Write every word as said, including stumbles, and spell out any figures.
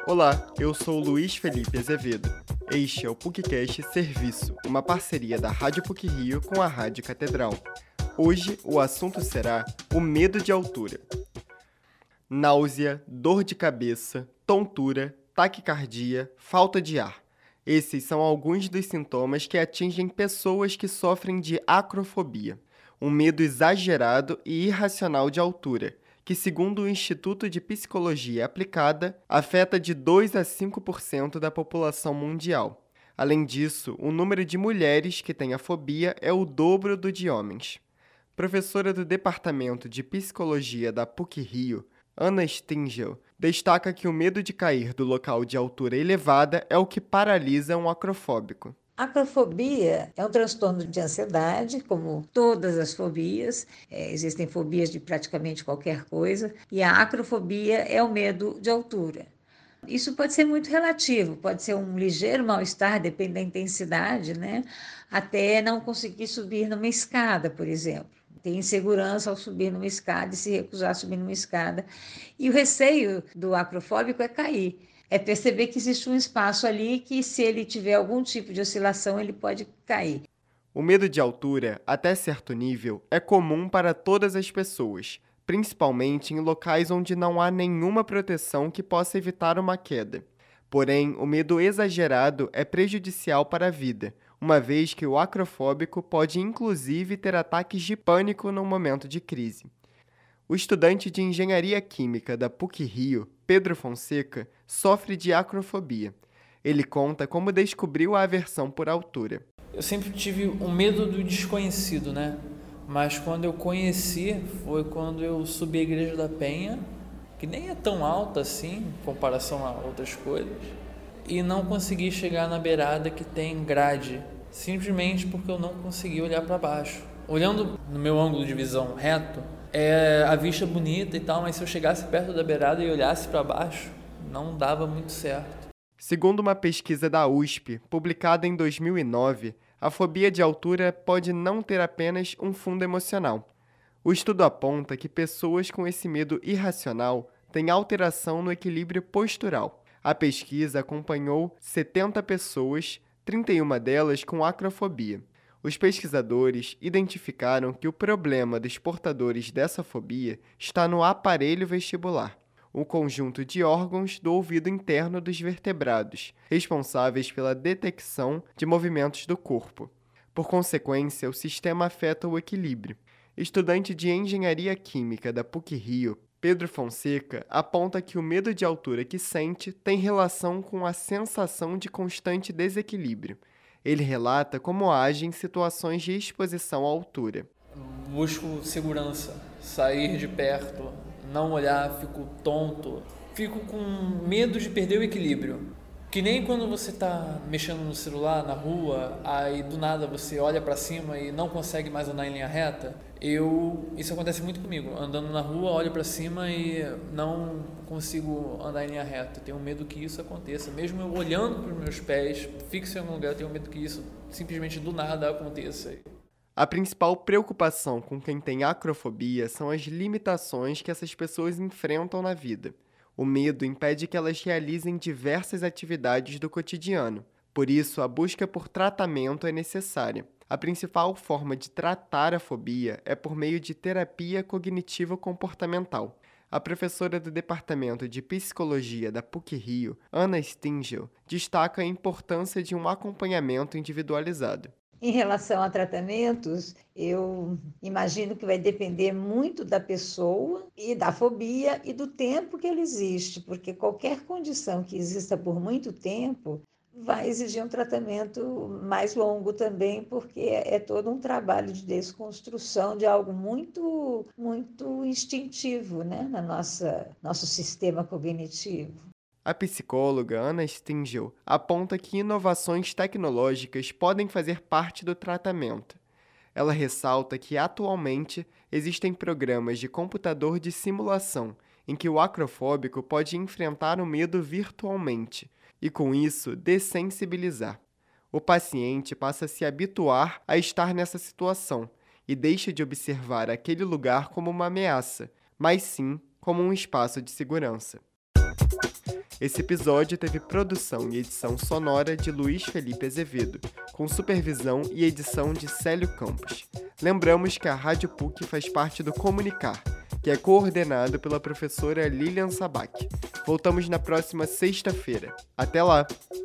Olá, eu sou Luiz Felipe Azevedo. Este é o PUCcast Serviço, uma parceria da Rádio PUC-Rio com a Rádio Catedral. Hoje, o assunto será o medo de altura. Náusea, dor de cabeça, tontura, taquicardia, falta de ar. Esses são alguns dos sintomas que atingem pessoas que sofrem de acrofobia, um medo exagerado e irracional de altura, que, segundo o Instituto de Psicologia Aplicada, afeta de dois a cinco por cento da população mundial. Além disso, o número de mulheres que têm a fobia é o dobro do de homens. Professora do Departamento de Psicologia da PUC-Rio, Ana Stingel, destaca que o medo de cair do local de altura elevada é o que paralisa um acrofóbico. A acrofobia é um transtorno de ansiedade, como todas as fobias. É, existem fobias de praticamente qualquer coisa, e a acrofobia é o medo de altura. Isso pode ser muito relativo, pode ser um ligeiro mal-estar, depende da intensidade, né? Até não conseguir subir numa escada, por exemplo. Ter insegurança ao subir numa escada e se recusar a subir numa escada. E o receio do acrofóbico é cair. É perceber que existe um espaço ali que, se ele tiver algum tipo de oscilação, ele pode cair. O medo de altura, até certo nível, é comum para todas as pessoas, principalmente em locais onde não há nenhuma proteção que possa evitar uma queda. Porém, o medo exagerado é prejudicial para a vida, uma vez que o acrofóbico pode inclusive ter ataques de pânico no momento de crise. O estudante de Engenharia Química da PUC-Rio, Pedro Fonseca, sofre de acrofobia. Ele conta como descobriu a aversão por altura. Eu sempre tive um medo do desconhecido, né? Mas quando eu conheci, foi quando eu subi a Igreja da Penha, que nem é tão alta assim, em comparação a outras coisas, e não consegui chegar na beirada que tem grade, simplesmente porque eu não consegui olhar para baixo. Olhando no meu ângulo de visão reto, é a vista bonita e tal, mas se eu chegasse perto da beirada e olhasse para baixo, não dava muito certo. Segundo uma pesquisa da U S P, publicada em dois mil e nove, a fobia de altura pode não ter apenas um fundo emocional. O estudo aponta que pessoas com esse medo irracional têm alteração no equilíbrio postural. A pesquisa acompanhou setenta pessoas, trinta e uma delas com acrofobia. Os pesquisadores identificaram que o problema dos portadores dessa fobia está no aparelho vestibular, o conjunto de órgãos do ouvido interno dos vertebrados, responsáveis pela detecção de movimentos do corpo. Por consequência, o sistema afeta o equilíbrio. Estudante de Engenharia Química da PUC-Rio, Pedro Fonseca, aponta que o medo de altura que sente tem relação com a sensação de constante desequilíbrio. Ele relata como age em situações de exposição à altura. Busco segurança, sair de perto, não olhar, fico tonto, fico com medo de perder o equilíbrio. Que nem quando você está mexendo no celular, na rua, aí do nada você olha para cima e não consegue mais andar em linha reta. Eu, isso acontece muito comigo, andando na rua, olho para cima e não consigo andar em linha reta. Tenho medo que isso aconteça, mesmo eu olhando para os meus pés, fixo em algum lugar, tenho medo que isso simplesmente do nada aconteça. A principal preocupação com quem tem acrofobia são as limitações que essas pessoas enfrentam na vida. O medo impede que elas realizem diversas atividades do cotidiano. Por isso, a busca por tratamento é necessária. A principal forma de tratar a fobia é por meio de terapia cognitivo-comportamental. A professora do Departamento de Psicologia da PUC-Rio, Ana Stingel, destaca a importância de um acompanhamento individualizado. Em relação a tratamentos, eu imagino que vai depender muito da pessoa e da fobia e do tempo que ela existe, porque qualquer condição que exista por muito tempo vai exigir um tratamento mais longo também, porque é todo um trabalho de desconstrução de algo muito, muito instintivo, né, na nossa nosso sistema cognitivo. A psicóloga Ana Stingel aponta que inovações tecnológicas podem fazer parte do tratamento. Ela ressalta que, atualmente, existem programas de computador de simulação em que o acrofóbico pode enfrentar o medo virtualmente e, com isso, dessensibilizar. O paciente passa a se habituar a estar nessa situação e deixa de observar aquele lugar como uma ameaça, mas sim como um espaço de segurança. Esse episódio teve produção e edição sonora de Luiz Felipe Azevedo, com supervisão e edição de Célio Campos. Lembramos que a Rádio P U C faz parte do Comunicar, que é coordenado pela professora Lilian Sabac. Voltamos na próxima sexta-feira. Até lá!